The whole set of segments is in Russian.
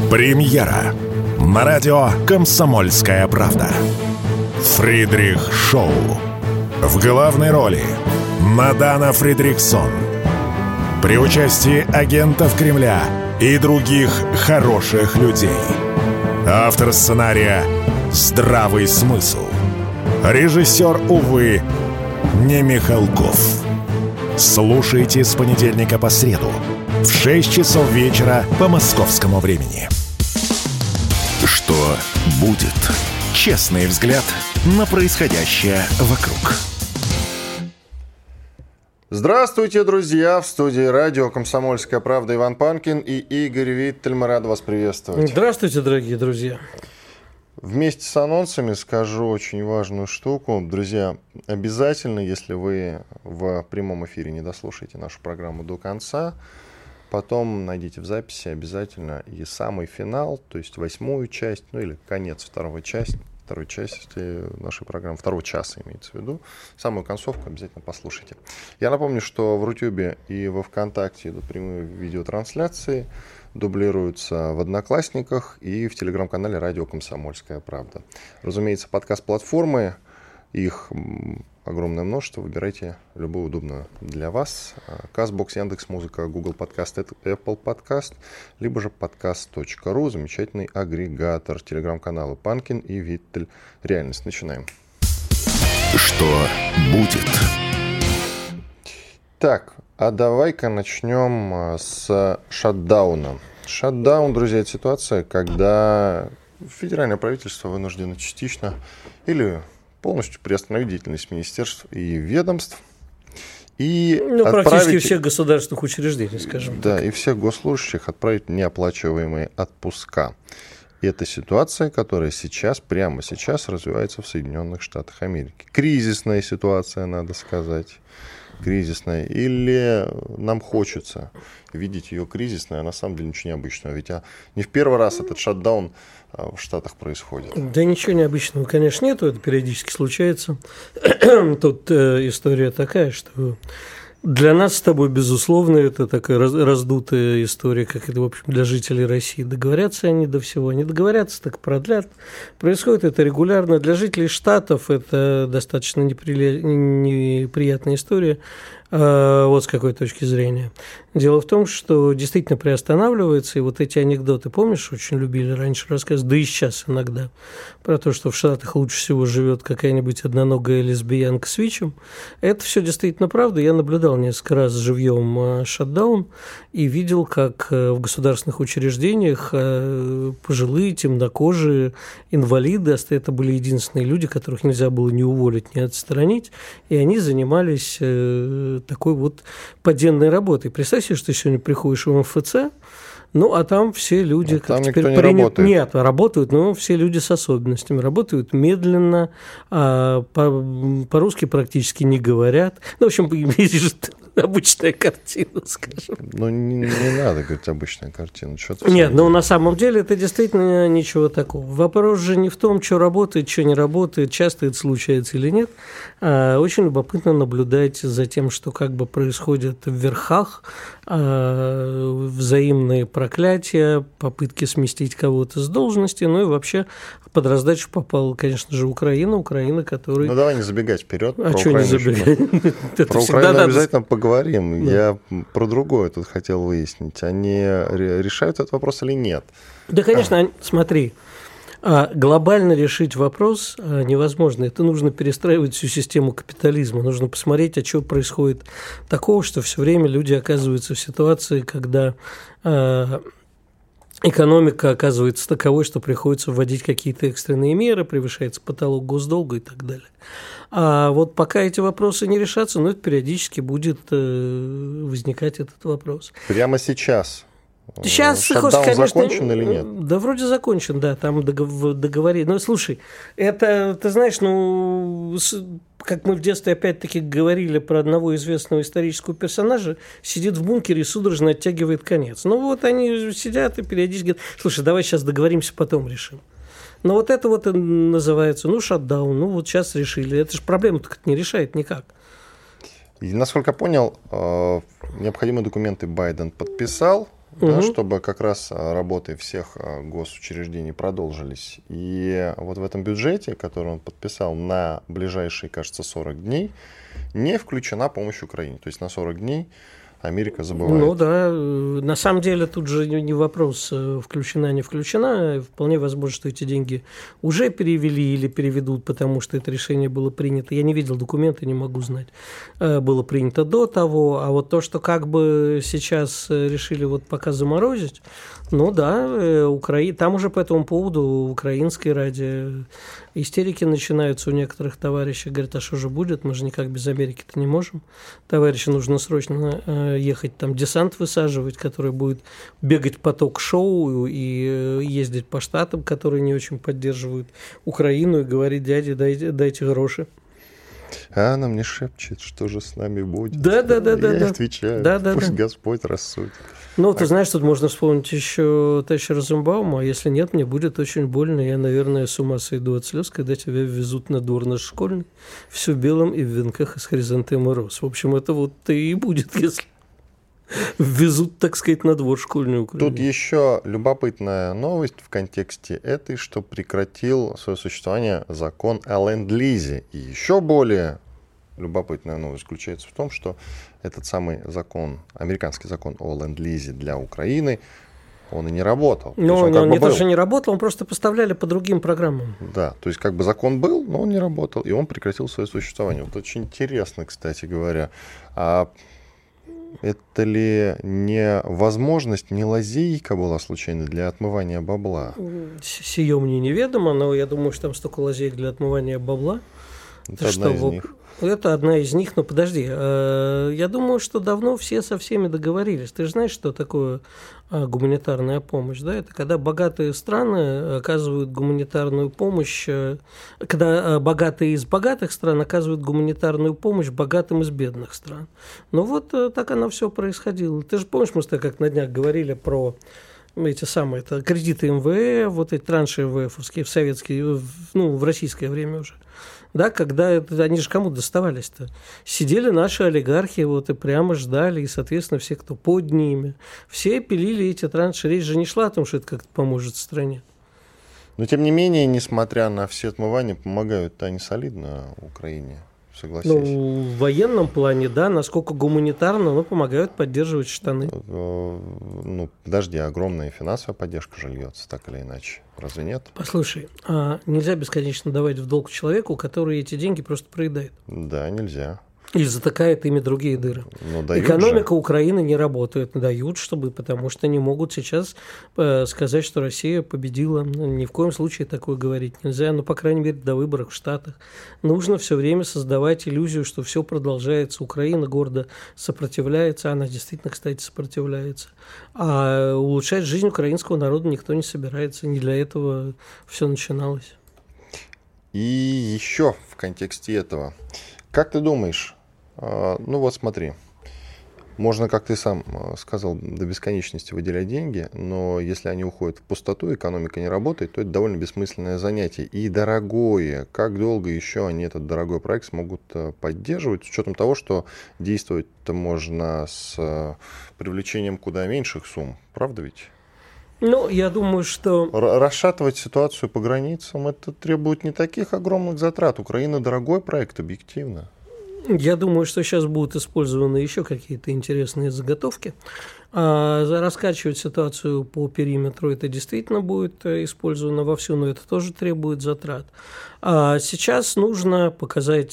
Премьера на радио «Комсомольская правда». Фридрих Шоу. В главной роли Мадана Фридрихсон. При участии агентов Кремля и других хороших людей. Автор сценария «Здравый смысл». Режиссер, увы, не Михалков. Слушайте с понедельника по среду в 6 часов вечера по московскому времени. Что будет? Честный взгляд на происходящее вокруг. Здравствуйте, друзья! В студии радио «Комсомольская правда» Иван Панкин и Игорь Виттель. Мы рады вас приветствовать. Здравствуйте, дорогие друзья! Вместе с анонсами скажу очень важную штуку. Друзья, обязательно, если вы в прямом эфире не дослушаете нашу программу до конца, потом найдите в записи обязательно и самый финал, то есть 8-ю часть, ну или конец второй части нашей программы, второго часа имеется в виду, самую концовку обязательно послушайте. Я напомню, что в Рутюбе и во ВКонтакте идут прямые видеотрансляции, дублируются в Одноклассниках и в телеграм-канале «Радио Комсомольская правда». Разумеется, подкаст-платформы, их огромное множество, выбирайте любую удобную для вас. Castbox, Яндекс.Музыка, Google Подкаст, Apple Подкаст, либо же podcast.ru, замечательный агрегатор, телеграм-каналы Панкин и Виттель. Реальность. Начинаем. Что будет? Так, а давай-ка начнем с шатдауна. Шатдаун, друзья, это ситуация, когда федеральное правительство вынуждено частично или полностью приостановить деятельность министерств и ведомств. И практически всех государственных учреждений, скажем так. Да, и всех госслужащих отправить в неоплачиваемые отпуска. И это ситуация, которая прямо сейчас развивается в Соединенных Штатах Америки. Кризисная ситуация, надо сказать. Кризисная. Или нам хочется видеть ее кризисной, а на самом деле ничего необычного. Ведь не в первый раз этот шатдаун в Штатах происходит. Да ничего необычного, конечно, нету, это периодически случается. Тут история такая, что для нас с тобой, безусловно, это такая раздутая история, как это, в общем, для жителей России. Договорятся они до всего, не договорятся, так продлят. Происходит это регулярно. Для жителей Штатов это достаточно неприятная история. Вот с какой точки зрения. Дело в том, что действительно приостанавливается, и вот эти анекдоты, помнишь, очень любили раньше рассказывать, да и сейчас иногда, про то, что в Штатах лучше всего живет какая-нибудь одноногая лесбиянка с ВИЧем. Это все действительно правда. Я наблюдал несколько раз живьем шатдаун и видел, как в государственных учреждениях пожилые, темнокожие, инвалиды, это были единственные люди, которых нельзя было ни уволить, ни отстранить, и они занимались такой вот подземной работой. Представь себе, что ты сегодня приходишь в МФЦ, а там все люди, как теперь работают. Нет, работают, но все люди с особенностями. Работают медленно, по-русски практически не говорят. В общем, видишь, обычная картина, скажем. Не надо говорить обычная картина. Нет, на самом деле это действительно ничего такого. Вопрос же не в том, что работает, что не работает, часто это случается или нет. Очень любопытно наблюдать за тем, что как бы происходит в верхах, взаимные проклятия, попытки сместить кого-то с должности, и вообще под раздачу попала, конечно же, Украина, которая... давай не забегать вперед. А что не забегать? Про Украину обязательно поговорим. Да. Я про другое тут хотел выяснить. Они решают этот вопрос или нет? Да, конечно, смотри. Глобально решить вопрос невозможно. Это нужно перестраивать всю систему капитализма. Нужно посмотреть, что происходит такого, что все время люди оказываются в ситуации, когда экономика оказывается таковой, что приходится вводить какие-то экстренные меры, превышается потолок госдолга и так далее. А вот пока эти вопросы не решатся, это периодически будет возникать этот вопрос. Прямо сейчас? Сейчас, шатдаун закончен или нет? Да, вроде закончен, да, там договорились. Слушай, это, ты знаешь, как мы в детстве опять-таки говорили про одного известного исторического персонажа, сидит в бункере и судорожно оттягивает конец. Они сидят и периодически говорят: слушай, давай сейчас договоримся, потом решим. Но это называется, шатдаун, сейчас решили. Это же проблему так не решает никак. И, насколько я понял, необходимые документы Байден подписал. да, чтобы как раз работы всех госучреждений продолжились. И вот в этом бюджете, который он подписал на ближайшие, кажется, 40 дней, не включена помощь Украине. То есть на 40 дней Америка забывает. Ну да, на самом деле тут же не вопрос, включена, не включена. Вполне возможно, что эти деньги уже перевели или переведут, потому что это решение было принято. Я не видел документы, не могу знать. Было принято до того, а вот то, что как бы сейчас решили вот пока заморозить, ну да, там уже по этому поводу украинской ради истерики начинаются у некоторых товарищей. Говорят, а что же будет? Мы же никак без Америки-то не можем. Товарищи, нужно срочно ехать там десант высаживать, который будет бегать по ток-шоу и ездить по штатам, которые не очень поддерживают Украину, и говорить: дяде, дайте гроши. А она мне шепчет, что же с нами будет. Да. Я отвечаю, пусть Господь рассудит. Ну, ты знаешь, тут можно вспомнить еще товарища Розенбаума, а если нет, мне будет очень больно. Я, наверное, с ума сойду от слез, когда тебя везут на двор наш школьный, все белым и в венках из хризантемы роз. В общем, это вот и будет, если везут, так сказать, на двор школьный Украины. Тут еще любопытная новость в контексте этой, что прекратил свое существование закон о ленд-лизе. И еще более любопытная новость заключается в том, что этот самый закон, американский закон о ленд-лизе для Украины, он и не работал. Но он не то, что не работал, он просто поставляли по другим программам. Да, то есть как бы закон был, но он не работал, и он прекратил свое существование. Вот очень интересно, кстати говоря. А это ли не возможность, не лазейка была случайно для отмывания бабла? Сие мне неведомо, но я думаю, что там столько лазеек для отмывания бабла. Это одна из них. Это одна из них, но подожди, я думаю, что давно все со всеми договорились. Ты же знаешь, что такое гуманитарная помощь, да? Это когда богатые страны оказывают гуманитарную помощь, когда богатые из богатых стран оказывают гуманитарную помощь богатым из бедных стран. Ну вот так оно все происходило. Ты же помнишь, мы с тобой как на днях говорили про эти самые кредиты МВФ, вот эти транши МВФовские в советские, в российское время уже. Да, когда они же кому доставались-то? Сидели наши олигархи вот и прямо ждали, и, соответственно, все, кто под ними, все пилили эти транши. Речь же не шла о том, что это как-то поможет стране. Но, тем не менее, несмотря на все отмывания, помогают они солидно Украине, согласись. Ну, в военном плане, да, насколько гуманитарно, но помогают поддерживать штаны. Ну, подожди, огромная финансовая поддержка же льется, так или иначе. Разве нет? Послушай, нельзя бесконечно давать в долг человеку, который эти деньги просто проедает. Да, нельзя. Или затыкает ими другие дыры. же. Экономика Украины не работает, дают, потому что не могут сейчас сказать, что Россия победила. Ни в коем случае такое говорить нельзя, по крайней мере, до выборов в Штатах. Нужно все время создавать иллюзию, что все продолжается. Украина гордо сопротивляется, она действительно, кстати, сопротивляется. А улучшать жизнь украинского народа никто не собирается, не для этого все начиналось. И еще в контексте этого, как ты думаешь, ну вот смотри, можно, как ты сам сказал, до бесконечности выделять деньги, но если они уходят в пустоту, экономика не работает, то это довольно бессмысленное занятие и дорогое. Как долго еще они этот дорогой проект смогут поддерживать, с учетом того, что действовать-то можно с привлечением куда меньших сумм, правда ведь? Ну, я думаю, что... Расшатывать ситуацию по границам, это требует не таких огромных затрат. Украина дорогой проект, объективно. Я думаю, что сейчас будут использованы еще какие-то интересные заготовки. Раскачивать ситуацию по периметру это действительно будет использовано вовсю, но это тоже требует затрат. А сейчас нужно показать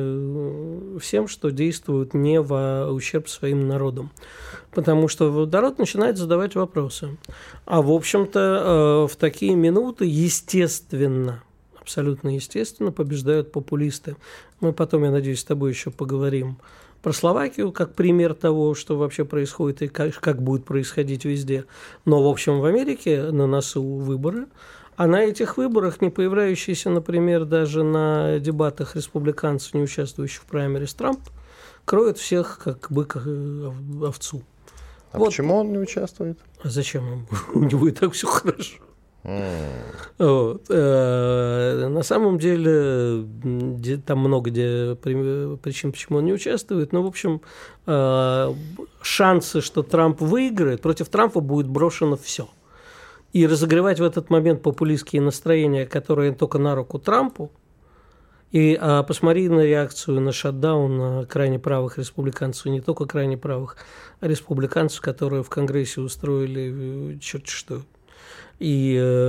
всем, что действуют не во ущерб своим народам. Потому что народ начинает задавать вопросы. А в общем-то в такие минуты, естественно, абсолютно естественно, побеждают популисты. Мы потом, я надеюсь, с тобой еще поговорим про Словакию, как пример того, что вообще происходит и как будет происходить везде. Но, в общем, в Америке на носу выборы, а на этих выборах, не появляющиеся, например, даже на дебатах республиканцев, не участвующих в праймерис Трамп, кроют всех, как быка овцу. А вот. Почему он не участвует? А зачем ему? У него и так все хорошо. Вот. На самом деле там много причин, почему он не участвует. Но, в общем, шансы, что Трамп выиграет, против Трампа будет брошено все. И разогревать в этот момент популистские настроения, которые только на руку Трампу, и посмотри на реакцию на шатдаун на крайне правых республиканцев, не только крайне правых, а республиканцев, которые в Конгрессе устроили черт что. И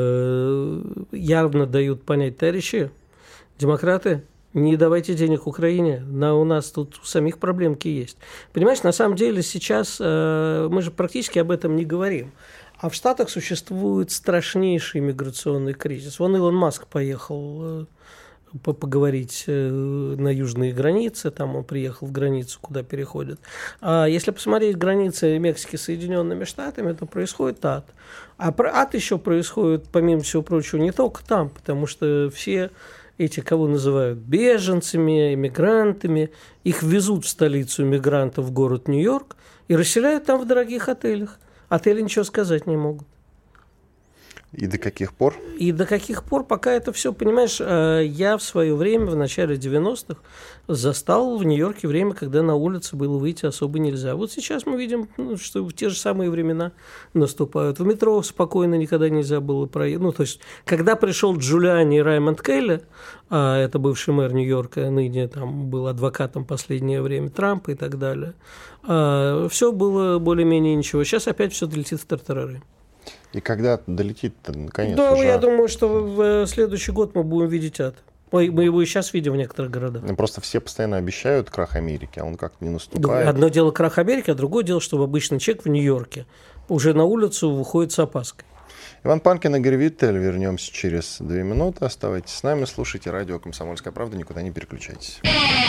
явно дают понять: товарищи, демократы, не давайте денег Украине, у нас тут самих проблемки есть. Понимаешь, на самом деле сейчас мы же практически об этом не говорим. А в Штатах существует страшнейший миграционный кризис. Вон Илон Маск поехал поговорить на южные границы, там он приехал в границу, куда переходят. А если посмотреть границы Мексики с Соединенными Штатами, то происходит ад. А ад еще происходит, помимо всего прочего, не только там, потому что все эти, кого называют беженцами, иммигрантами, их везут в столицу иммигрантов, в город Нью-Йорк, и расселяют там в дорогих отелях. Отели ничего сказать не могут. И до каких пор? И до каких пор, пока это все, понимаешь, я в свое время, в начале 90-х, застал в Нью-Йорке время, когда на улице было выйти особо нельзя. Вот сейчас мы видим, что в те же самые времена наступают. В метро спокойно никогда нельзя было проехать. То есть, когда пришел Джулиани и Раймонд Келли, это бывший мэр Нью-Йорка, ныне там был адвокатом последнее время Трампа и так далее, все было более-менее ничего. Сейчас опять все летит в тартарары. И когда долетит-то, наконец, да, уже... я думаю, что в следующий год мы будем видеть ад. Мы его и сейчас видим в некоторых городах. Просто все постоянно обещают крах Америки, а он как-то не наступает. Одно дело крах Америки, а другое дело, что обычный человек в Нью-Йорке уже на улицу выходит с опаской. Иван Панкин, Игорь Виттель. Вернемся через 2 минуты. Оставайтесь с нами, слушайте радио «Комсомольская правда», никуда не переключайтесь.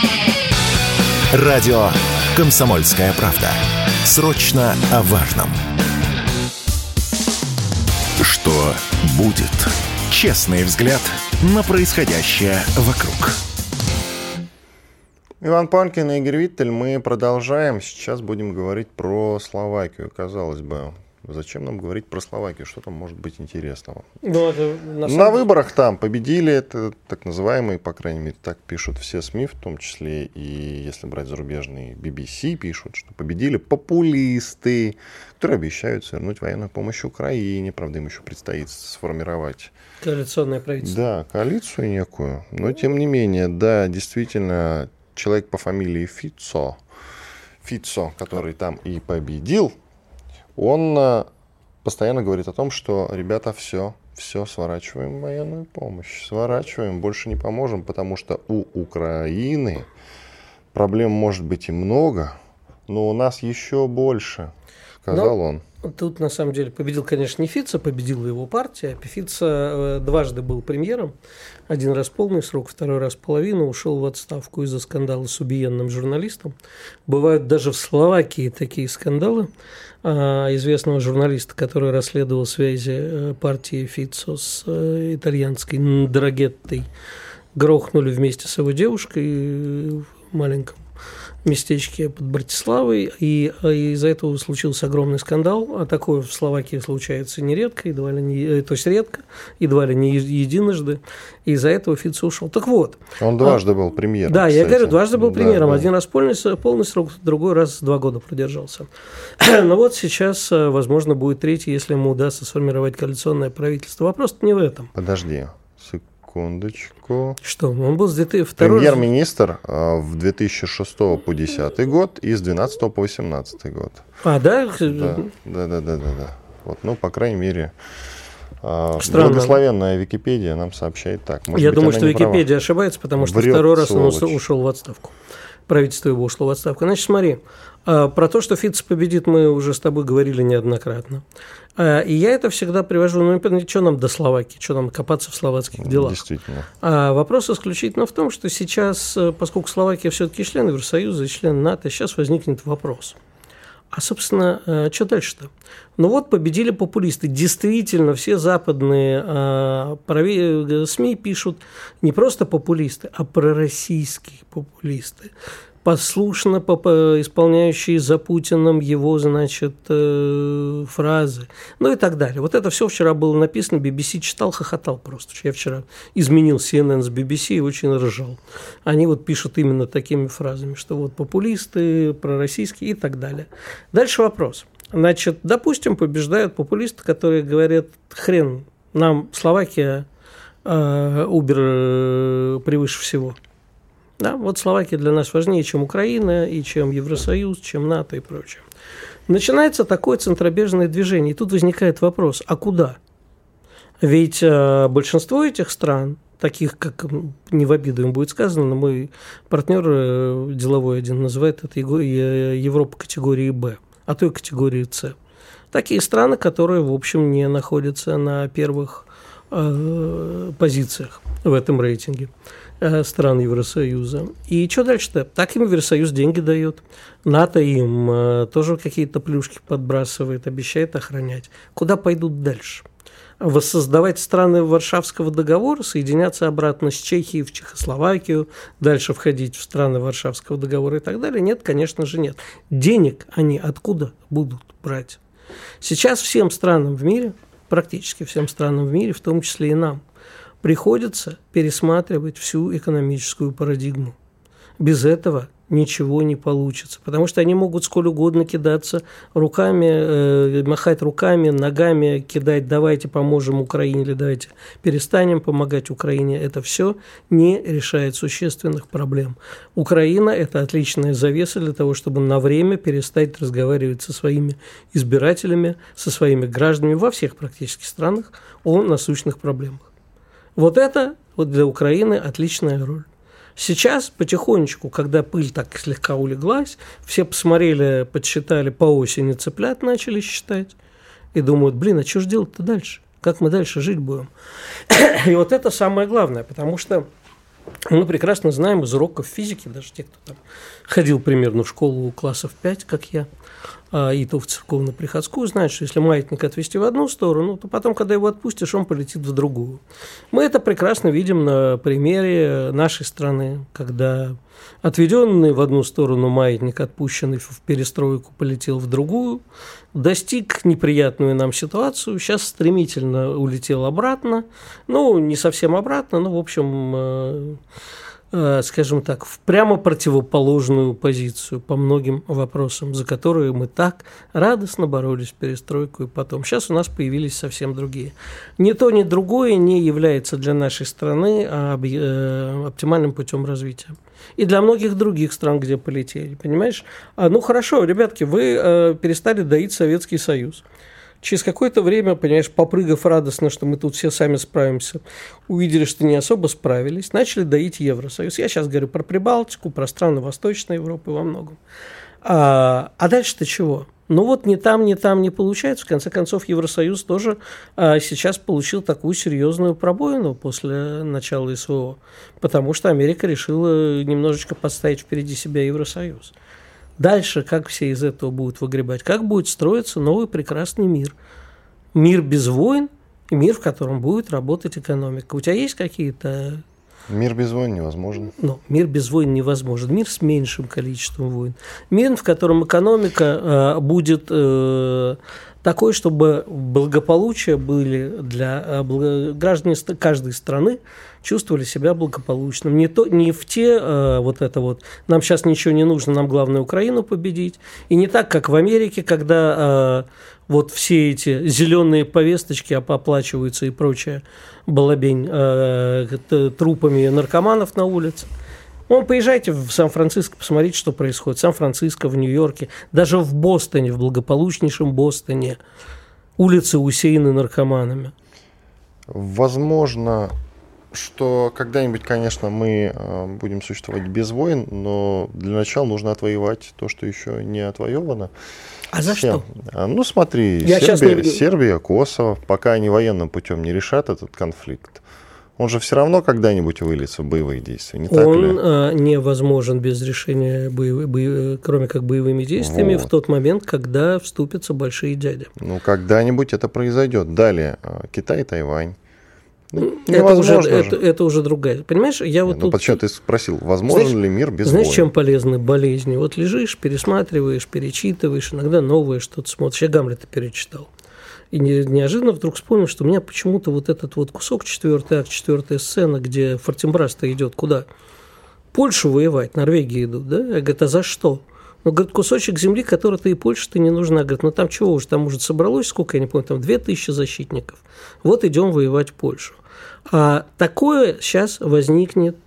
Радио «Комсомольская правда». Срочно о важном. Что будет? Честный взгляд на происходящее вокруг. Иван Панкин и Игорь Виттель. Мы продолжаем. Сейчас будем говорить про Словакию. Казалось бы, зачем нам говорить про Словакию? Что там может быть интересного? На выборах там победили, это так называемые, по крайней мере, так пишут все СМИ, в том числе и, если брать зарубежные, BBC пишут, что победили популисты, которые обещают свернуть военную помощь Украине. Правда, им еще предстоит сформировать коалиционное правительство. Да, коалицию некую. Но, тем не менее, да, действительно, человек по фамилии Фицо, который там и победил, он постоянно говорит о том, что, ребята, все, сворачиваем военную помощь, сворачиваем, больше не поможем, потому что у Украины проблем может быть и много, но у нас еще больше, сказал он. Тут, на самом деле, победил, конечно, не Фицо, победила его партия. Фицо дважды был премьером. Один раз полный срок, второй раз половину. Ушел в отставку из-за скандала с убиенным журналистом. Бывают даже в Словакии такие скандалы. Известного журналиста, который расследовал связи партии Фицо с итальянской Ндрагеттой, грохнули вместе с его девушкой в маленьком местечке под Братиславой, и из-за этого случился огромный скандал. А такое в Словакии случается нередко, едва ли не единожды. И из-за этого Фицо ушел. Так вот. Он дважды был премьером. Да, кстати. Я говорю, дважды был премьером. Да. Один раз полный срок, другой раз 2 года продержался. Но вот сейчас, возможно, будет третий, если ему удастся сформировать коалиционное правительство. Вопрос-то не в этом. Подожди. Секундочку. Что? Он был премьер-министр в 2006 по 2010 год и с 2012 по 2018 год. Да? Да. Вот, по крайней мере, благословенная Википедия нам сообщает так. Я думаю, что Википедия ошибается, потому что второй раз он ушел в отставку. Правительство его ушло в отставку. Значит, смотри, про то, что Фицо победит, мы уже с тобой говорили неоднократно. И я это всегда привожу, что нам до Словакии, что нам копаться в словацких делах. Действительно. Вопрос исключительно в том, что сейчас, поскольку Словакия все-таки член Евросоюза и член НАТО, сейчас возникнет вопрос. А, собственно, что дальше-то? Победили популисты. Действительно, все западные СМИ пишут не просто популисты, а пророссийские популисты. послушно исполняющие за Путиным его, значит, фразы, ну и так далее. Вот это все вчера было написано, BBC читал, хохотал просто. Я вчера изменил CNN с BBC и очень ржал. Они вот пишут именно такими фразами, что вот популисты, пророссийские и так далее. Дальше вопрос. Значит, допустим, побеждают популисты, которые говорят, хрен, нам Словакия, Uber превыше всего. Да, вот Словакия для нас важнее, чем Украина, и чем Евросоюз, чем НАТО и прочее. Начинается такое центробежное движение, и тут возникает вопрос, а куда? Ведь большинство этих стран, таких, как, не в обиду им будет сказано, но мой партнер деловой один называет это Европа категории «Б», а то и категории «С». Такие страны, которые, в общем, не находятся на первых позициях в этом рейтинге стран Евросоюза. И что дальше-то? Так им Евросоюз деньги дает. НАТО им тоже какие-то плюшки подбрасывает, обещает охранять. Куда пойдут дальше? Воссоздавать страны Варшавского договора, соединяться обратно с Чехией в Чехословакию, дальше входить в страны Варшавского договора и так далее? Нет, конечно же нет. Денег они откуда будут брать? Сейчас всем странам в мире, практически всем странам в мире, в том числе и нам, приходится пересматривать всю экономическую парадигму. Без этого ничего не получится, потому что они могут сколь угодно кидаться руками, махать руками, ногами, кидать «давайте поможем Украине» или «давайте перестанем помогать Украине». Это все не решает существенных проблем. Украина – это отличная завеса для того, чтобы на время перестать разговаривать со своими избирателями, со своими гражданами во всех практически странах о насущных проблемах. Вот это вот для Украины отличная роль. Сейчас потихонечку, когда пыль так слегка улеглась, все посмотрели, подсчитали по осени цыплят, начали считать и думают, блин, а что же делать-то дальше? Как мы дальше жить будем? И вот это самое главное, потому что мы прекрасно знаем из уроков физики, даже те, кто там ходил примерно в школу классов 5, как я, и то в церковно-приходскую, знают, что если маятник отвести в одну сторону, то потом, когда его отпустишь, он полетит в другую. Мы это прекрасно видим на примере нашей страны, когда отведенный в одну сторону маятник, отпущенный в перестройку, полетел в другую, достиг неприятную нам ситуацию, сейчас стремительно улетел обратно, ну, не совсем обратно, но, в общем, скажем так, в прямо противоположную позицию по многим вопросам, за которые мы так радостно боролись в перестройку и потом. Сейчас у нас появились совсем другие. Ни то, ни другое не является для нашей страны оптимальным путем развития. И для многих других стран, где полетели, понимаешь? Ну, хорошо, ребятки, вы перестали доить Советский Союз. Через какое-то время, понимаешь, попрыгав радостно, что мы тут все сами справимся, увидели, что не особо справились, начали доить Евросоюз. Я сейчас говорю про Прибалтику, про страны Восточной Европы во многом. А дальше-то чего? Ну вот ни там не получается. В конце концов, Евросоюз тоже сейчас получил такую серьезную пробоину после начала СВО, потому что Америка решила немножечко поставить впереди себя Евросоюз. Дальше как все из этого будут выгребать? Как будет строиться новый прекрасный мир? Мир без войн и мир, в котором будет работать экономика. У тебя есть какие-то... Мир без войн невозможен. Ну, мир без войн невозможен. Мир с меньшим количеством войн. Мир, в котором экономика будет такой, чтобы благополучие были для граждан каждой страны, чувствовали себя благополучным. Не в те, нам сейчас ничего не нужно, нам главное Украину победить. И не так, как в Америке, когда вот все эти зеленые повесточки оплачиваются и прочая балабень трупами наркоманов на улице. Поезжайте в Сан-Франциско, посмотрите, что происходит. В Сан-Франциско, в Нью-Йорке, даже в Бостоне, в благополучнейшем Бостоне улицы усеяны наркоманами. Возможно, что когда-нибудь, конечно, мы будем существовать без войн, но для начала нужно отвоевать то, что еще не отвоевано. А за что? Ну, смотри, Сербия, Косово, пока они военным путем не решат этот конфликт, он же все равно когда-нибудь выльется в боевые действия, не так ли? Он невозможен без решения, кроме как боевыми действиями, в тот момент, когда вступятся большие дяди. Ну, когда-нибудь это произойдет. Далее, Китай и Тайвань. Это уже другая. Понимаешь, я вот тут... Почему ты спросил, возможен ли мир без войн? Знаешь, чем полезны болезни? Вот лежишь, пересматриваешь, перечитываешь, иногда новое что-то смотришь. Я Гамлета перечитал. И неожиданно вдруг вспомнил, что у меня почему-то вот этот вот кусок, 4-й акт, 4-я сцена, где Фортенбрас-то идет куда? Польшу воевать, Норвегии идут, да? Я говорю, а за что? Ну, говорит, кусочек земли, который-то и Польше-то не нужна. Говорит, ну там чего уж, там уже собралось, сколько, я не помню, там 2000 защитников. Вот идем воевать в Польшу. А такое сейчас возникнет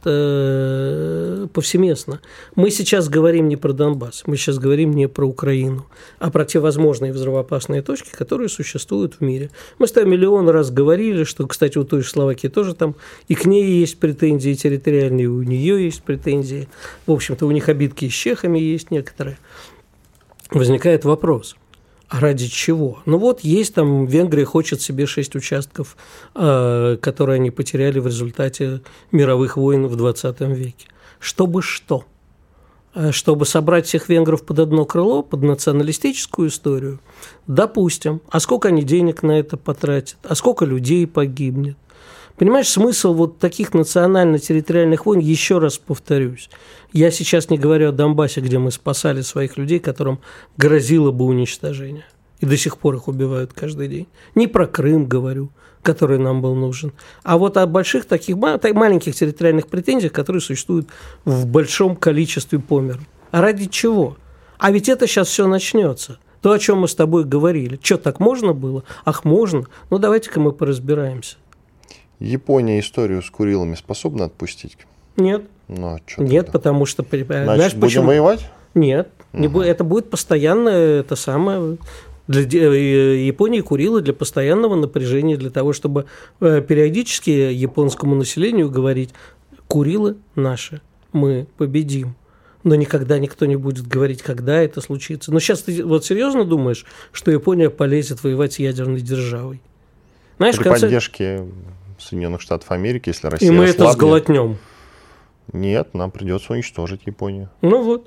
повсеместно. Мы сейчас говорим не про Донбасс, мы сейчас говорим не про Украину, а про те возможные взрывоопасные точки, которые существуют в мире. Мы с тобой миллион раз говорили, что, кстати, у той же Словакии тоже там и к ней есть претензии территориальные, и у нее есть претензии. В общем-то, у них обидки с чехами есть некоторые. Возникает вопрос. А ради чего? Ну вот есть там, Венгрия хочет себе 6 участков, которые они потеряли в результате мировых войн в 20 веке. Чтобы что? Чтобы собрать всех венгров под одно крыло, под националистическую историю? Допустим. А сколько они денег на это потратят? А сколько людей погибнет? Понимаешь, смысл вот таких национально-территориальных войн, еще раз повторюсь, я сейчас не говорю о Донбассе, где мы спасали своих людей, которым грозило бы уничтожение, и до сих пор их убивают каждый день. Не про Крым говорю, который нам был нужен, а вот о больших таких маленьких территориальных претензиях, которые существуют в большом количестве по миру. А ради чего? А ведь это сейчас все начнется. То, о чем мы с тобой говорили. Что, так можно было? Ах, можно? Ну, давайте-ка мы поразбираемся. Япония историю с Курилами способна отпустить? Нет. Ну, нет, потому что... Значит, знаешь, будем почему? воевать? Нет. Это будет постоянно это самое... Для Японии Курилы для постоянного напряжения, для того, чтобы периодически японскому населению говорить: Курилы наши, мы победим. Но никогда никто не будет говорить, когда это случится. Но сейчас ты вот серьезно думаешь, что Япония полезет воевать с ядерной державой? Знаешь, при поддержке Соединенных Штатов Америки, если Россия и мы ослабнет, это сглотнем. Нет, нам придется уничтожить Японию. Ну вот.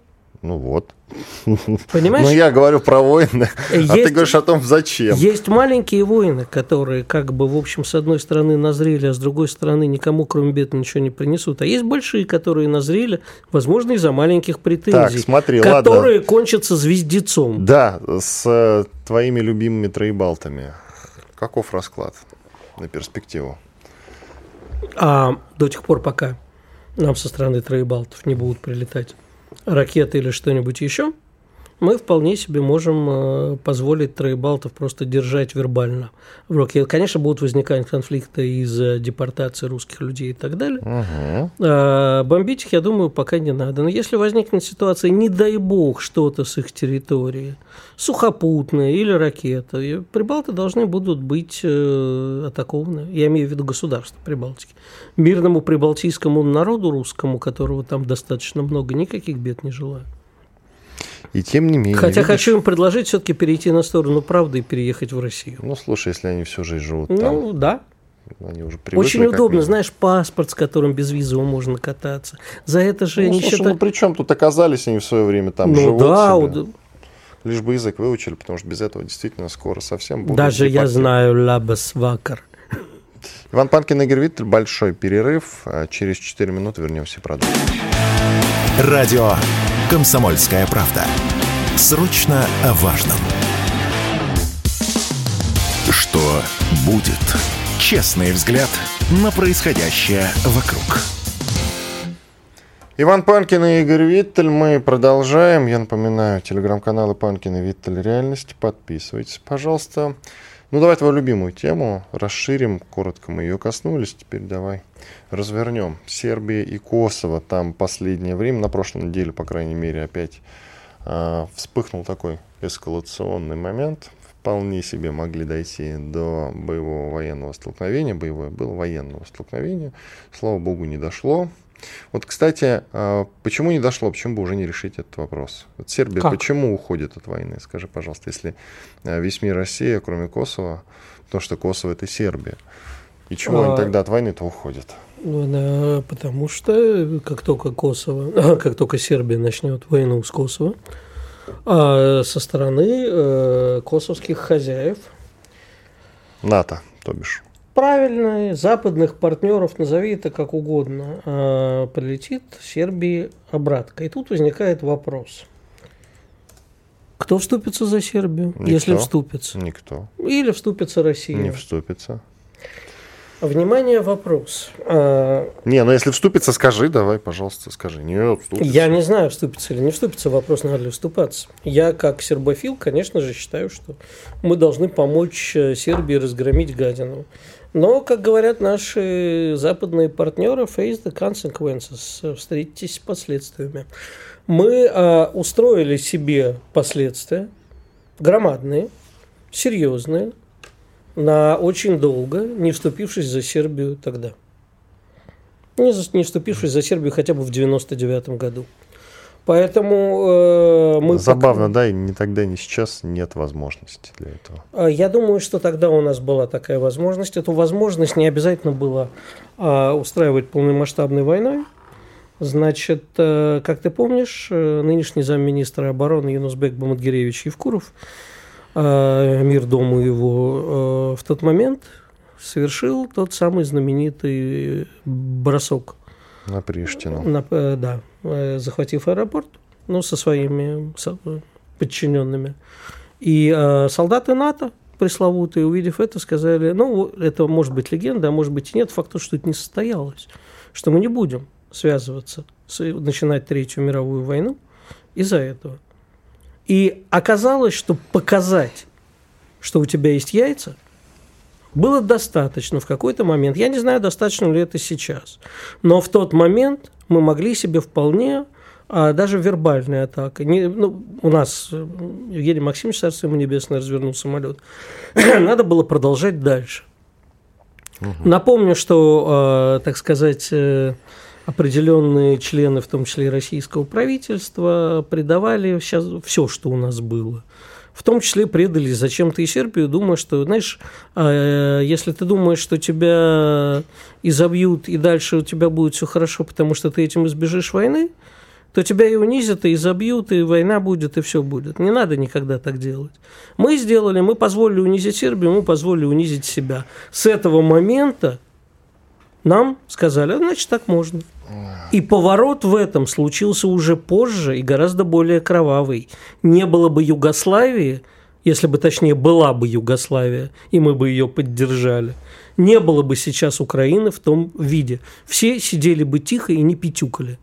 Понимаешь? Но я говорю про войны, а ты говоришь о том, зачем. Есть маленькие войны, которые как бы, в общем, с одной стороны назрели, а с другой стороны никому, кроме бед, ничего не принесут. А есть большие, которые назрели, возможно, из-за маленьких претензий, так, смотри, которые кончатся звездецом. Да, с твоими любимыми троебалтами. Каков расклад на перспективу? А до тех пор, пока нам со стороны троебалтов не будут прилетать ракеты или что-нибудь еще, мы вполне себе можем позволить троебалтов просто держать вербально в руке. Конечно, будут возникать конфликты из-за депортации русских людей и так далее. А бомбить их, я думаю, пока не надо. Но если возникнет ситуация, не дай бог, что-то с их территории, сухопутная или ракета, прибалты должны будут быть атакованы. Я имею в виду государство Прибалтики. Мирному прибалтийскому народу русскому, которого там достаточно много, никаких бед не желаю. И тем не менее... Хотя хочу им предложить все-таки перейти на сторону правды и переехать в Россию. Ну, слушай, если они всю жизнь живут там... Ну, да. Они уже привыкли. Очень удобно, знаешь, паспорт, с которым без визового можно кататься. За это же они слушай, ну при чем тут оказались они в свое время там живут себе. Лишь бы язык выучили, потому что без этого действительно скоро совсем будут... Даже я знаю «Лабас вакар». Иван Панкин, Игорь Виттель, большой перерыв. Через 4 минуты вернемся и продолжим. Радио «Комсомольская правда». Срочно о важном. Что будет? Честный взгляд на происходящее вокруг. Иван Панкин и Игорь Виттель. Мы продолжаем. Я напоминаю, телеграм-каналы Панкин и Виттель «Реальность». Подписывайтесь, пожалуйста. Ну, давай твою любимую тему расширим. Коротко мы ее коснулись. Теперь давай развернем. Сербия и Косово. Там последнее время, на прошлой неделе, по крайней мере, опять вспыхнул такой эскалационный момент. Вполне себе могли дойти до боевого военного столкновения. Боевое было, военного столкновения. Слава богу, не дошло. Вот, кстати, почему не дошло? Почему бы уже не решить этот вопрос? Вот Сербия почему уходит от войны? Скажи, пожалуйста, если весь мир Россия, кроме Косово, потому что Косово — это Сербия. И чего они тогда от войны-то уходят? Потому что как только Сербия начнет войну с Косово, со стороны косовских хозяев... НАТО, то бишь. правильно, западных партнеров, назови это как угодно, полетит Сербии обратка. И тут возникает вопрос. Кто вступится за Сербию, Никто. если вступится? Никто. Или вступится Россия? Не вступится. Внимание, вопрос. Не, ну если вступится, скажи, давай, пожалуйста, скажи. Не вступится. Я не знаю, вступится или не вступится, вопрос, надо ли вступаться. Я, как сербофил, конечно же, считаю, что мы должны помочь Сербии разгромить гадину. Но, как говорят наши западные партнеры, face the consequences, встретитесь с последствиями. Мы устроили себе последствия громадные, серьезные, на очень долго, не вступившись за Сербию тогда. Не вступившись за Сербию хотя бы в 1999 году. Поэтому мы... Забавно, да, и ни тогда, ни сейчас нет возможности для этого. Я думаю, что тогда у нас была такая возможность. Эту возможность не обязательно было устраивать полномасштабной войной. Значит, как ты помнишь, нынешний замминистра обороны Юнусбек Бамадгиревич Евкуров, мир дому его, в тот момент совершил тот самый знаменитый бросок. На Приштину. Да, захватив аэропорт, со своими подчиненными. И солдаты НАТО, пресловутые, увидев это, сказали, это может быть легенда, а может быть и нет, факт, что это не состоялось, что мы не будем связываться, начинать Третью мировую войну из-за этого. И оказалось, что показать, что у тебя есть яйца, было достаточно в какой-то момент. Я не знаю, достаточно ли это сейчас. Но в тот момент мы могли себе вполне, даже вербальная атака. У нас Евгений Максимович, царство ему небесное, развернул самолет. Надо было продолжать дальше. Напомню, что, так сказать, определенные члены, в том числе и российского правительства, предавали все, что у нас было. В том числе предали зачем-то и Сербию, думая, что, знаешь, если ты думаешь, что тебя изобьют и дальше у тебя будет все хорошо, потому что ты этим избежишь войны, то тебя и унизят, и изобьют, и война будет, и все будет. Не надо никогда так делать. Мы позволили унизить Сербию, мы позволили унизить себя. С этого момента нам сказали, значит, так можно. И поворот в этом случился уже позже и гораздо более кровавый. Не было бы Югославии, если бы, точнее, была бы Югославия, и мы бы ее поддержали, не было бы сейчас Украины в том виде. Все сидели бы тихо и не пятюкали.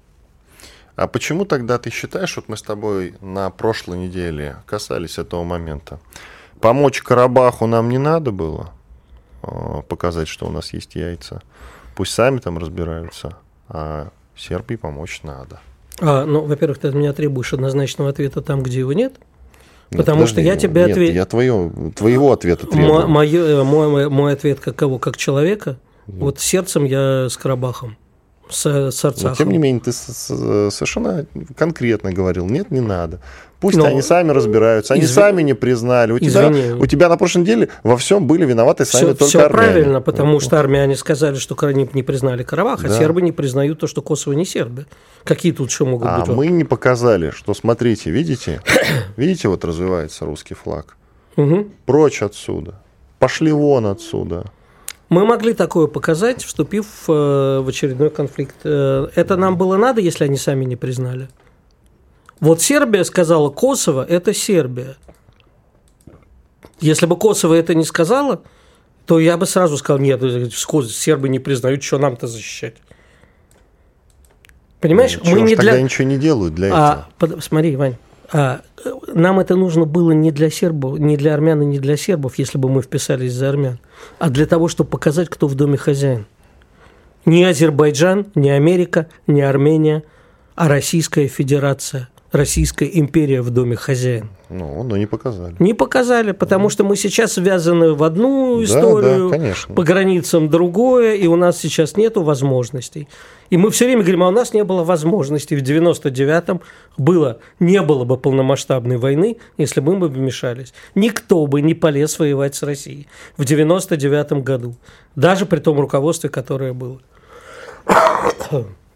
А почему тогда ты считаешь, вот мы с тобой на прошлой неделе касались этого момента, помочь Карабаху нам не надо было? Показать, что у нас есть яйца. Пусть сами там разбираются, а Сербии помочь надо. Во-первых, ты от меня требуешь однозначного ответа там, где его нет. Потому что я тебе отвечу. Я твоего ответа требую. Мой ответ как кого? Как человека? Вот сердцем я с Карабахом. С Арцахом. Но, тем не менее, ты совершенно конкретно говорил, нет, не надо. Пусть они сами разбираются, они сами не признали. У тебя на прошлой неделе во всем были виноваты сами только армяне. Все правильно, потому что армяне сказали, что они не признали Карабах, а сербы не признают то, что Косово не сербы. Какие тут еще могут быть? А мы не показали, что, смотрите, видите, вот развивается русский флаг. Прочь отсюда. Пошли вон отсюда. Мы могли такое показать, вступив в очередной конфликт. Это нам было надо, если они сами не признали. Вот Сербия сказала, Косово – это Сербия. Если бы Косово это не сказала, то я бы сразу сказал, нет, сербы не признают, что нам-то защищать. Понимаешь, мы не тогда ничего не делают для этого. Смотри, Вань. Нам это нужно было не для сербов, не для армян и не для сербов, если бы мы вписались за армян, а для того, чтобы показать, кто в доме хозяин. Не Азербайджан, не Америка, не Армения, а Российская Федерация, Российская империя в доме хозяин. Но не показали. Не показали, потому что мы сейчас связаны в одну историю, по границам другое, и у нас сейчас нету возможностей. И мы все время говорим, а у нас не было возможностей. В 99-м не было бы полномасштабной войны, если бы мы вмешались. Никто бы не полез воевать с Россией в 99-м году, даже при том руководстве, которое было.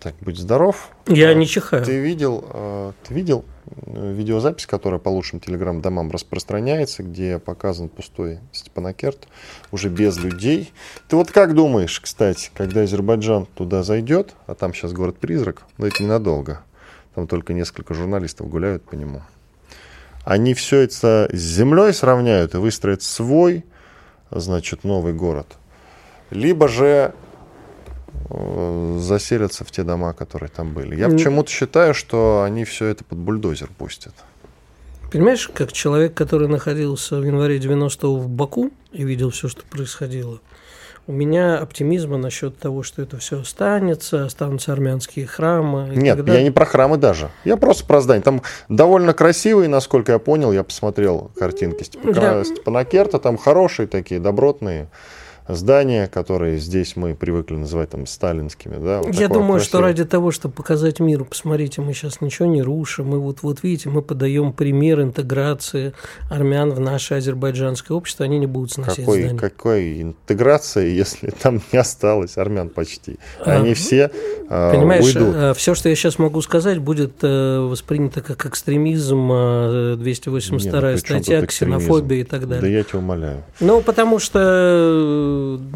Так, будь здоров. Я не чихаю. Ты видел видеозапись, которая по лучшим телеграм-домам распространяется, где показан пустой Степанакерт, уже без людей. Ты вот как думаешь, кстати, когда Азербайджан туда зайдет, а там сейчас город-призрак, но это ненадолго, там только несколько журналистов гуляют по нему, они все это с землей сравняют и выстроят свой, значит, новый город, либо же заселятся в те дома, которые там были. Я почему-то считаю, что они все это под бульдозер пустят. Понимаешь, как человек, который находился в январе 90-го в Баку и видел все, что происходило, у меня оптимизма насчет того, что это все останется, останутся армянские храмы. Нет, я не про храмы даже. Я просто про здания. Там довольно красивые, насколько я понял, я посмотрел картинки Степанакерта, там хорошие такие, добротные здания, которые здесь мы привыкли называть там сталинскими. Да, вот я думаю, что ради того, чтобы показать миру, посмотрите, мы сейчас ничего не рушим, мы вот видите, мы подаем пример интеграции армян в наше азербайджанское общество, они не будут сносить здания. Какой интеграция, если там не осталось армян почти? Они все понимаешь, уйдут. Все, что я сейчас могу сказать, будет воспринято как экстремизм, 282-я статья, ксенофобия и так далее. Да я тебя умоляю. Ну, потому что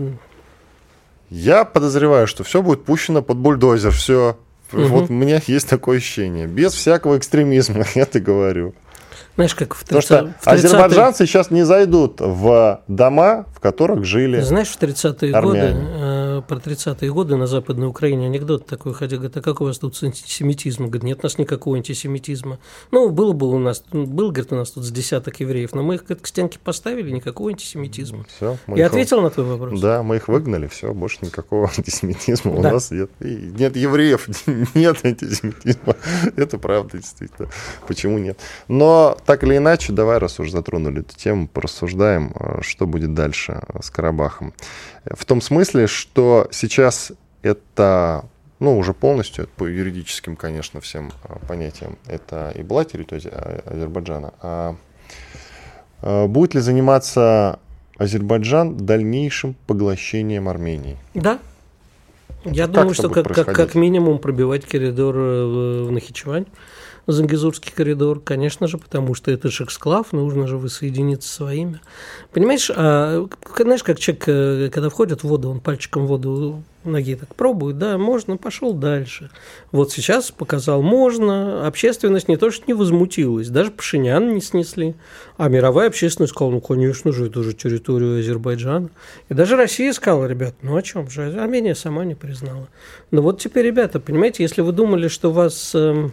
я подозреваю, что все будет пущено под бульдозер. Все. Вот у меня есть такое ощущение. Без всякого экстремизма, я это говорю. Знаешь, как в 30-е... Потому что азербайджанцы сейчас не зайдут в дома, в которых жили. Знаешь, в 30-е годы, про 30-е годы на Западной Украине анекдот такой ходил, говорит, а как у вас тут с антисемитизмом? Говорит, нет у нас никакого антисемитизма. Ну, был, говорит, у нас тут с десяток евреев, но мы их к стенке поставили, никакого антисемитизма. Все, я ответил на твой вопрос? Да, мы их выгнали, все, больше никакого антисемитизма у нас нет. И нет евреев, нет антисемитизма. Это правда, действительно. Почему нет? Но так или иначе, давай, раз уж затронули эту тему, порассуждаем, что будет дальше с Карабахом. В том смысле, что сейчас это, уже полностью, по юридическим, конечно, всем понятиям, это и была территория Азербайджана. А будет ли заниматься Азербайджан дальнейшим поглощением Армении? Да. Я думаю, что как минимум пробивать коридор в Нахичевань. Зангезурский коридор, конечно же, потому что это же эксклав, нужно же воссоединиться со своими. Понимаешь, знаешь, как человек, когда входит в воду, он пальчиком в воду ноги так пробует, да, можно, пошел дальше. Вот сейчас показал, можно, общественность не то что не возмутилась, даже Пашинян не снесли, а мировая общественность сказала, конечно же, это же территория Азербайджана. И даже Россия сказала, ребят, о чем же, Армения сама не признала. Но вот теперь, ребята, понимаете, если вы думали, что вас...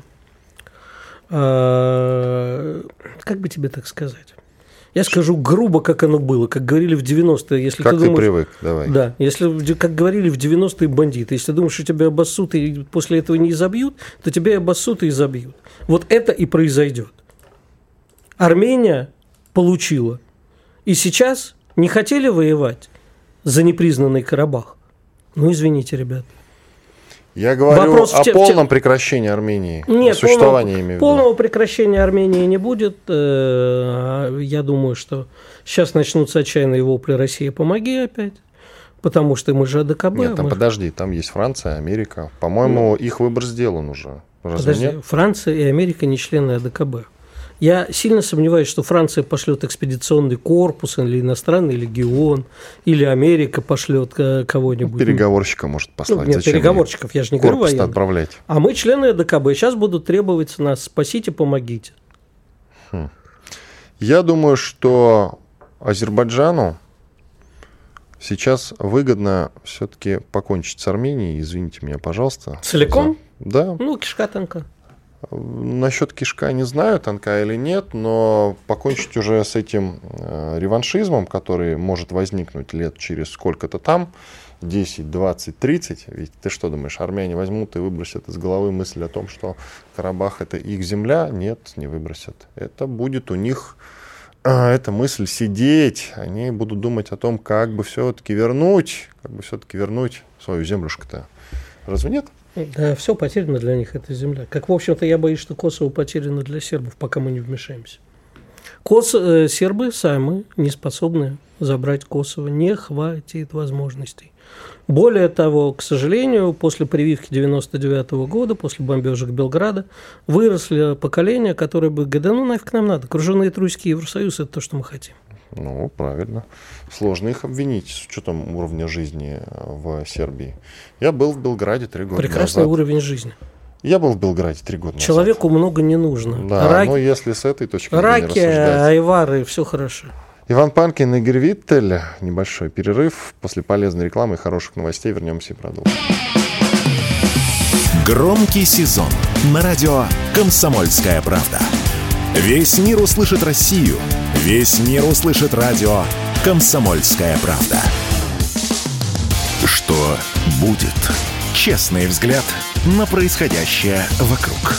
как бы тебе так сказать? Я скажу грубо, как оно было, как говорили в 90-е. Если как ты думаешь, привык, давай. Да, если, как говорили в 90-е бандиты, если ты думаешь, что тебя обоссут и после этого не изобьют, то тебя и обоссут и изобьют. Вот это и произойдет. Армения получила. И сейчас не хотели воевать за непризнанный Карабах? Ну, извините, ребят. Я говорю о полном прекращении Армении. Нет, существования полного прекращения Армении не будет. Я думаю, что сейчас начнутся отчаянные вопли «Россия, помоги» опять. Потому что мы же АДКБ. Нет, там подожди, там есть Франция, Америка. По-моему, их выбор сделан уже. Разве подожди, нет? Франция и Америка не члены АДКБ. Я сильно сомневаюсь, что Франция пошлет экспедиционный корпус или иностранный легион, или Америка пошлет кого-нибудь. Переговорщика может послать. Нет, переговорщиков, я же не говорю военных. Отправлять. А мы члены АДКБ. Сейчас будут требовать нас спасите, помогите. Я думаю, что Азербайджану сейчас выгодно все-таки покончить с Арменией. Извините меня, пожалуйста. Целиком? Да. Ну, кишка тонка. Насчет кишка не знаю, тонка или нет, но покончить уже с этим реваншизмом, который может возникнуть лет через сколько-то там, 10, 20, 30. Ведь ты что думаешь, армяне возьмут и выбросят из головы мысль о том, что Карабах это их земля? Нет, не выбросят. Это будет у них эта мысль сидеть. Они будут думать о том, как бы все-таки вернуть свою землюшку-то. Разве нет? Да, все потеряно для них, эта земля. Как, в общем-то, я боюсь, что Косово потеряно для сербов, пока мы не вмешаемся. Сербы сами не способны забрать Косово, не хватит возможностей. Более того, к сожалению, после прививки 1999 года, после бомбежек Белграда, выросли поколения, которые бы говорят, да ну нафиг нам надо, окруженные трусики Евросоюз – это то, что мы хотим. Ну, правильно. Сложно их обвинить с учетом уровня жизни в Сербии. Я был в Белграде 3 года Прекрасный назад. уровень жизни. Я был в Белграде 3 года назад. Человеку много не нужно. Да, но если с этой точки зрения раки, рассуждать. айвары, все хорошо. Иван Панкин, Игорь Виттель. Небольшой перерыв. После полезной рекламы и хороших новостей вернемся и продолжим. Громкий сезон на радио «Комсомольская правда». Весь мир услышит Россию. Весь мир услышит радио «Комсомольская правда». Что будет? Честный взгляд на происходящее вокруг.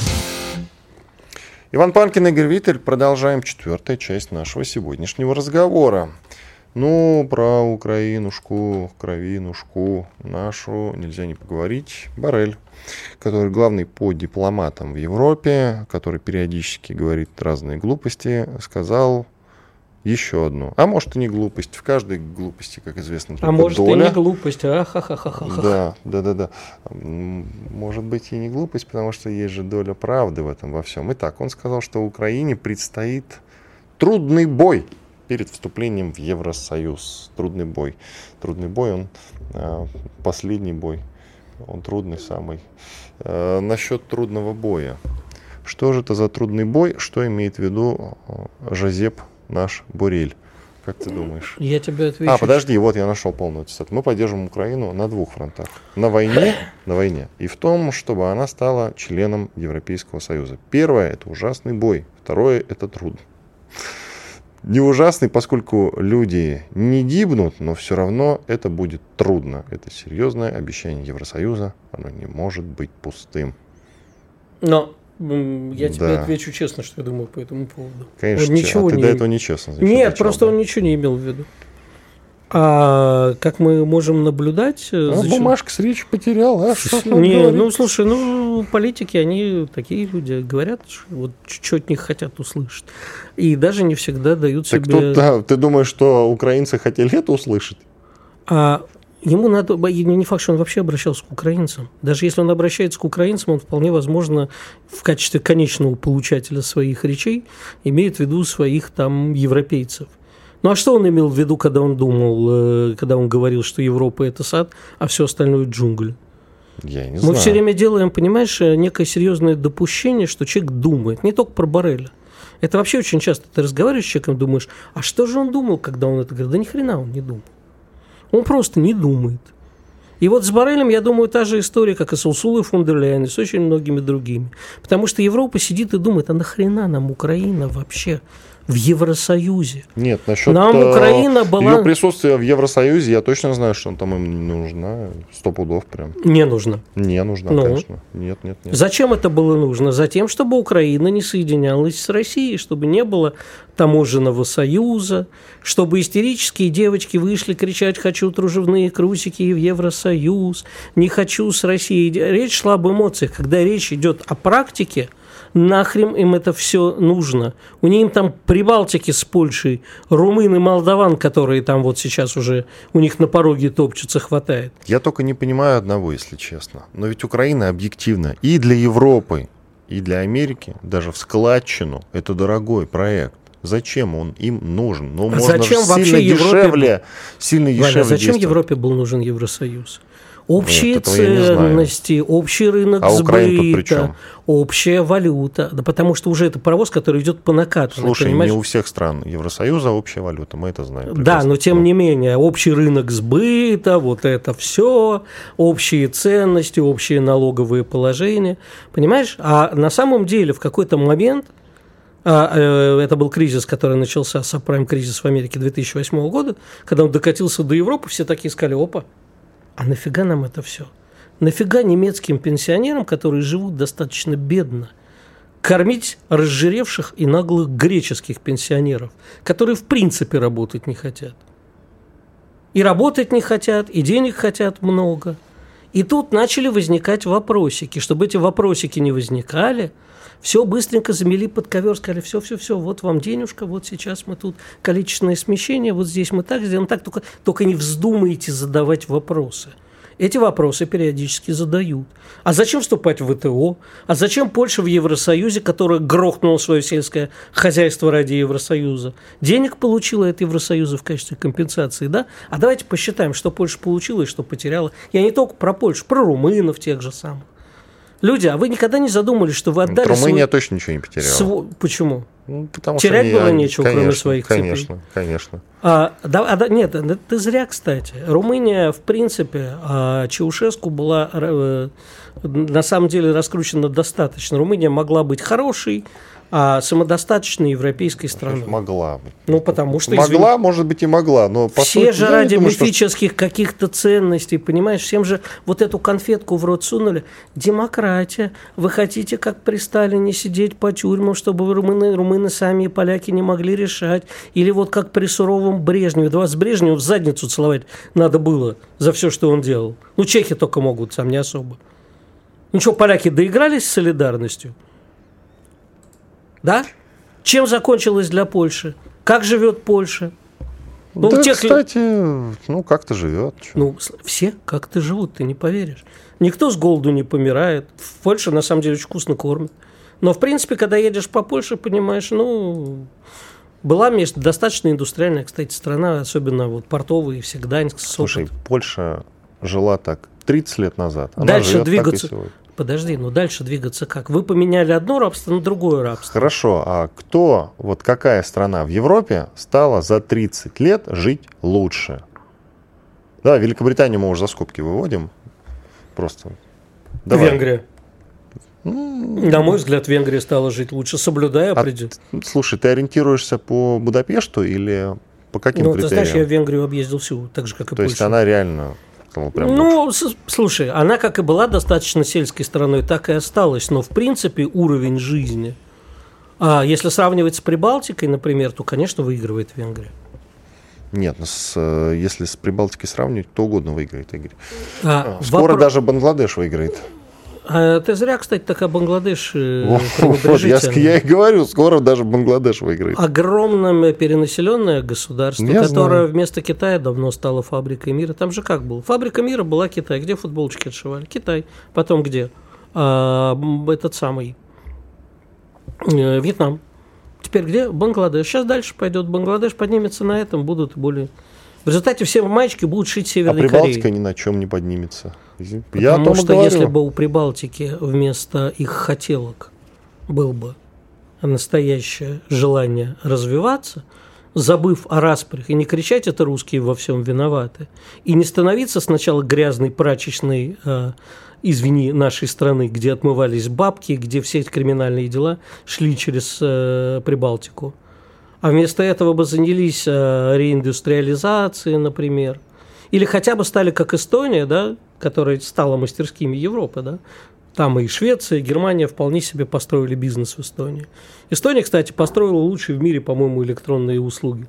Иван Панкин, Игорь Виттель. Продолжаем 4-я часть нашего сегодняшнего разговора. Ну, про Украинушку, кровинушку нашу нельзя не поговорить. Боррель, который главный по дипломатам в Европе, который периодически говорит разные глупости, сказал еще одну. А может и не глупость. В каждой глупости, как известно, только может доля. И не глупость. Ха-ха-ха-ха-ха. Да. Может быть и не глупость, потому что есть же доля правды в этом во всем. Итак, он сказал, что Украине предстоит трудный бой перед вступлением в Евросоюз. Трудный бой. Трудный бой, он последний бой. Он трудный самый. Насчет трудного боя. Что же это за трудный бой? Что имеет в виду Жозеп наш Боррель? Как ты думаешь? Я тебе отвечу. Подожди, вот я нашел полную цитату. Мы поддерживаем Украину на 2 фронтах. На войне и в том, чтобы она стала членом Европейского Союза. Первое – это ужасный бой. Второе – это трудно. Не ужасный, поскольку люди не гибнут, но все равно это будет трудно. Это серьезное обещание Евросоюза. Оно не может быть пустым. Но я тебе отвечу честно, что я думаю по этому поводу. Конечно, ты до этого нечестно. Нет, просто он ничего не имел в виду. А как мы можем наблюдать... бумажка с речью потерял, слушай, политики, они такие люди, говорят, вот что от них хотят услышать. И даже не всегда дают себе... Ты думаешь, что украинцы хотели это услышать? Ему надо... Не факт, что он вообще обращался к украинцам. Даже если он обращается к украинцам, он вполне возможно в качестве конечного получателя своих речей имеет в виду своих там европейцев. Ну а что он имел в виду, когда он думал, когда он говорил, что Европа – это сад, а все остальное – джунгли? Я не знаю. Мы все время делаем, понимаешь, некое серьезное допущение, что человек думает, не только про Борреля. Это вообще очень часто ты разговариваешь с человеком, думаешь, а что же он думал, когда он это говорил? Да ни хрена он не думал. Он просто не думает. И вот с Боррелем, я думаю, та же история, как и с Урсулой фон дер Ляйен, и с очень многими другими. Потому что Европа сидит и думает, а нахрена нам Украина вообще в Евросоюзе? Нет, насчет ее присутствия в Евросоюзе, я точно знаю, что там им не нужна. 100 пудов прям. Не нужно. Не нужно, конечно. Нет. Зачем это было нужно? Затем, чтобы Украина не соединялась с Россией, чтобы не было таможенного союза, чтобы истерические девочки вышли кричать «хочу кружевные трусики в Евросоюз», «не хочу с Россией». Речь шла об эмоциях. Когда речь идет о практике, нахрен им это все нужно. У них там Прибалтики с Польшей, румын и молдаван, которые там вот сейчас уже у них на пороге топчутся, хватает. Я только не понимаю одного, если честно. Но ведь Украина объективно и для Европы, и для Америки, даже в складчину, это дорогой проект. Зачем он им нужен? Ну, можно зачем же сильно дешевле зачем Европе был нужен Евросоюз? Общие ценности, общий рынок сбыта, общая валюта. Да потому что уже это паровоз, который идет по накатанной. Слушай, понимаешь? Не у всех стран Евросоюза общая валюта, мы это знаем. Да, но тем не менее, общий рынок сбыта, вот это все, общие ценности, общие налоговые положения. Понимаешь? А на самом деле в какой-то момент, это был кризис, который начался, сабпрайм-кризис в Америке 2008 года, когда он докатился до Европы, все такие сказали, опа, а нафига нам это все? Нафига немецким пенсионерам, которые живут достаточно бедно, кормить разжиревших и наглых греческих пенсионеров, которые в принципе работать не хотят? И работать не хотят, и денег хотят много, И тут начали возникать вопросики. Чтобы эти вопросики не возникали, все быстренько замели под ковер, сказали, все, вот вам денежка, вот сейчас мы тут количественное смещение, вот здесь мы так сделаем, так, только не вздумайте задавать вопросы. Эти вопросы периодически задают. А зачем вступать в ВТО? А зачем Польша в Евросоюзе, которая грохнула свое сельское хозяйство ради Евросоюза? Денег получила от Евросоюза в качестве компенсации, да? А давайте посчитаем, что Польша получила и что потеряла. Я не только про Польшу, про румынов тех же самых. Люди, а вы никогда не задумались, что вы отдали Румыния точно ничего не потеряла. Почему? Потому терять что было нечего, конечно, кроме своих цепей. Конечно. Нет, ты зря, кстати. Румыния, в принципе, Чаушеску была на самом деле раскручена достаточно. Румыния могла быть хорошей, самодостаточной европейской страной. Могла быть. Ну, потому что... Могла, может быть, и могла, но по все сути, же ради мифических каких-то ценностей, понимаешь, всем же вот эту конфетку в рот сунули. Демократия. Вы хотите, как при Сталине, сидеть по тюрьмам, чтобы румыны сами и поляки не могли решать? Или вот как при суровом Брежневе. Да вас Брежневу в задницу целовать надо было за все, что он делал. Ну, чехи только могут, сам не особо. Ну что, поляки доигрались с солидарностью? Да? Чем закончилось для Польши? Как живет Польша? Ну, да, кстати, как-то живет. Ну, все как-то живут, ты не поверишь. Никто с голоду не помирает. В Польше, на самом деле, очень вкусно кормят. Но, в принципе, когда едешь по Польше, понимаешь, была достаточно индустриальная, кстати, страна, особенно вот портовые, все Гданьск, Сопот. Слушай, Польша жила так 30 лет назад. Она дальше живет двигаться. Так и сегодня. Подожди, дальше двигаться как? Вы поменяли одно рабство на другое рабство. Хорошо, а какая страна в Европе стала за 30 лет жить лучше? Да, Великобританию мы уже за скобки выводим. Просто. Давай. Венгрия. На мой взгляд, Венгрия стала жить лучше, соблюдая определенно. Слушай, ты ориентируешься по Будапешту или по каким критериям? Ты знаешь, я Венгрию объездил всю, так же, как и Польшу. То есть она реально... слушай, она как и была достаточно сельской страной, так и осталась. Но, в принципе, уровень жизни, если сравнивать с Прибалтикой, например, то, конечно, выигрывает Венгрия. Нет, если с Прибалтикой сравнивать, кто угодно выиграет, Игорь. Скоро даже Бангладеш выиграет. Ты зря, кстати, такая Бангладеш пренебрежительная. Я и говорю, скоро даже Бангладеш выиграет. Огромное перенаселенное государство, которое вместо Китая давно стало фабрикой мира. Там же как было? Фабрика мира была Китай. Где футболочки отшивали? Китай. Потом где? Этот самый Вьетнам. Теперь где? Бангладеш. Сейчас дальше пойдет Бангладеш, поднимется на этом, будут более... В результате все мальчики будут шить Северной Кореи. А Прибалтика ни на чем не поднимется. Потому что если бы у Прибалтики вместо их хотелок было бы настоящее желание развиваться, забыв о распрях и не кричать «это русские во всем виноваты», и не становиться сначала грязной прачечной, извини, нашей страны, где отмывались бабки, где все эти криминальные дела шли через Прибалтику, а вместо этого бы занялись реиндустриализацией, например, или хотя бы стали как Эстония, да, которая стала мастерскими Европы, да. Там и Швеция, и Германия вполне себе построили бизнес в Эстонии. Эстония, кстати, построила лучшие в мире, по-моему, электронные услуги.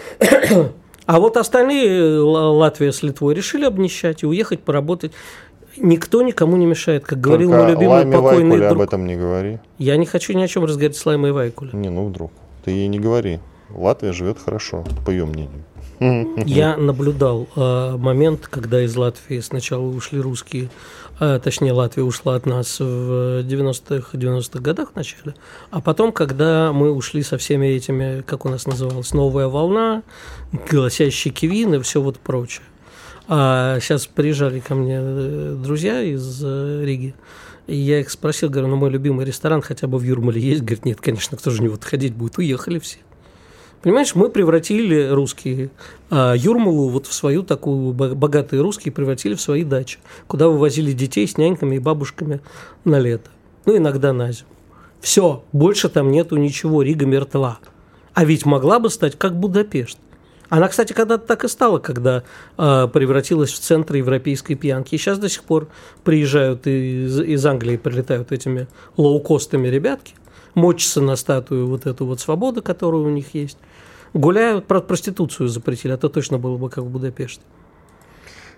А вот остальные, Латвия с Литвой, решили обнищать и уехать поработать. Никто никому не мешает, как говорил мой любимый покойный друг. Об этом не говори. Я не хочу ни о чем разговаривать с Лаймой Вайкуле. Вдруг. Ты ей не говори. Латвия живет хорошо, по ее мнению. Я наблюдал момент, когда из Латвии сначала ушли русские, точнее, Латвия ушла от нас в 90-х годах в начале, а потом, когда мы ушли со всеми этими, как у нас называлось, новая волна, голосящий Кивин и все вот прочее. А сейчас приезжали ко мне друзья из Риги, и я их спросил, говорю, мой любимый ресторан хотя бы в Юрмале есть? Говорит, нет, конечно, кто же не вот ходить будет, уехали все. Понимаешь, мы превратили русские Юрмалу вот в свою такую, богатые русские превратили в свои дачи, куда вывозили детей с няньками и бабушками на лето, иногда на зиму. Все, больше там нету ничего, Рига мертва. А ведь могла бы стать как Будапешт. Она, кстати, когда-то так и стала, когда превратилась в центр европейской пьянки. И сейчас до сих пор приезжают из Англии, прилетают этими лоукостами ребятки, мочатся на статую вот эту вот свободу, которая у них есть. Гуляют, проституцию запретили, а то точно было бы как в Будапеште.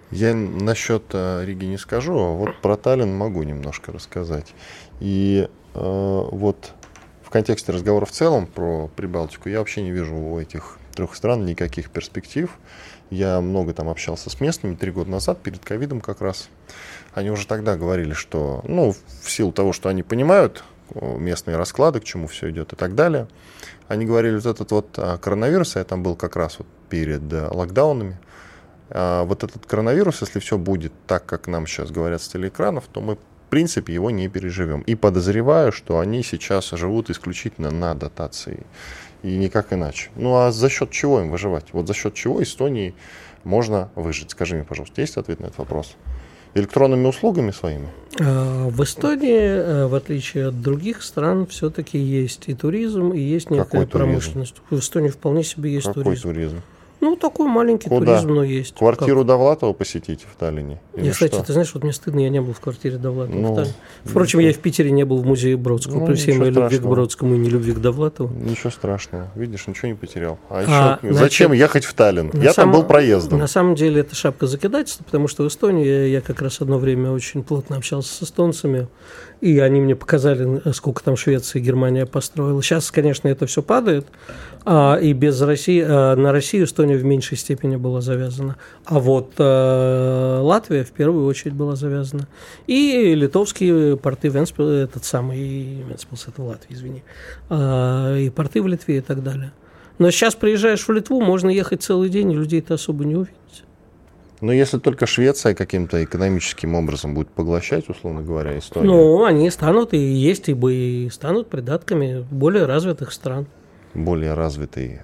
Я насчет Риги не скажу, а вот про Таллин могу немножко рассказать. И вот в контексте разговора в целом про Прибалтику я вообще не вижу у этих 3 стран никаких перспектив. Я много там общался с местными 3 года назад, перед ковидом как раз. Они уже тогда говорили, что, в силу того, что они понимают местные расклады, к чему все идет и так далее, они говорили, вот этот вот коронавирус, я там был как раз вот перед локдаунами, вот этот коронавирус, если все будет так, как нам сейчас говорят с телеэкранов, то мы, в принципе, его не переживем. И подозреваю, что они сейчас живут исключительно на дотации. И никак иначе. А за счет чего им выживать? Вот за счет чего Эстонии можно выжить? Скажи мне, пожалуйста, есть ответ на этот вопрос? Электронными услугами своими? В Эстонии, в отличие от других стран, все-таки есть и туризм, и есть некая промышленность. В Эстонии вполне себе есть туризм. Какой туризм? Такой маленький туризм, но есть. Квартиру Довлатова посетите в Таллине? Кстати, ты знаешь, вот мне стыдно, я не был в квартире Довлатова в Таллине. Впрочем, я в Питере не был в музее Бродского, при всей моей любви к Бродскому и нелюбви к Довлатову. Ничего страшного, видишь, ничего не потерял. Зачем ехать в Таллин? Я там был проездом. На самом деле это шапка закидательства, потому что в Эстонии я как раз одно время очень плотно общался с эстонцами, и они мне показали, сколько там Швеция и Германия построила. Сейчас, конечно, это все падает, и без России, на Россию Эстония в меньшей степени была завязана. А вот Латвия в первую очередь была завязана. И литовские порты Вентспилс, Вентспилс это Латвия, извини, и порты в Литве и так далее. Но сейчас приезжаешь в Литву, можно ехать целый день, и людей-то особо не увидеть. Но если только Швеция каким-то экономическим образом будет поглощать, условно говоря, Эстонию. Они станут и есть, и станут придатками более развитых стран. Более развитой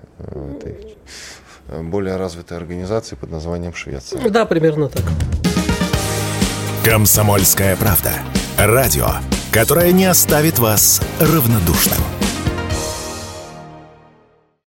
организации под названием Швеция. Да, примерно так. «Комсомольская правда». Радио, которое не оставит вас равнодушным.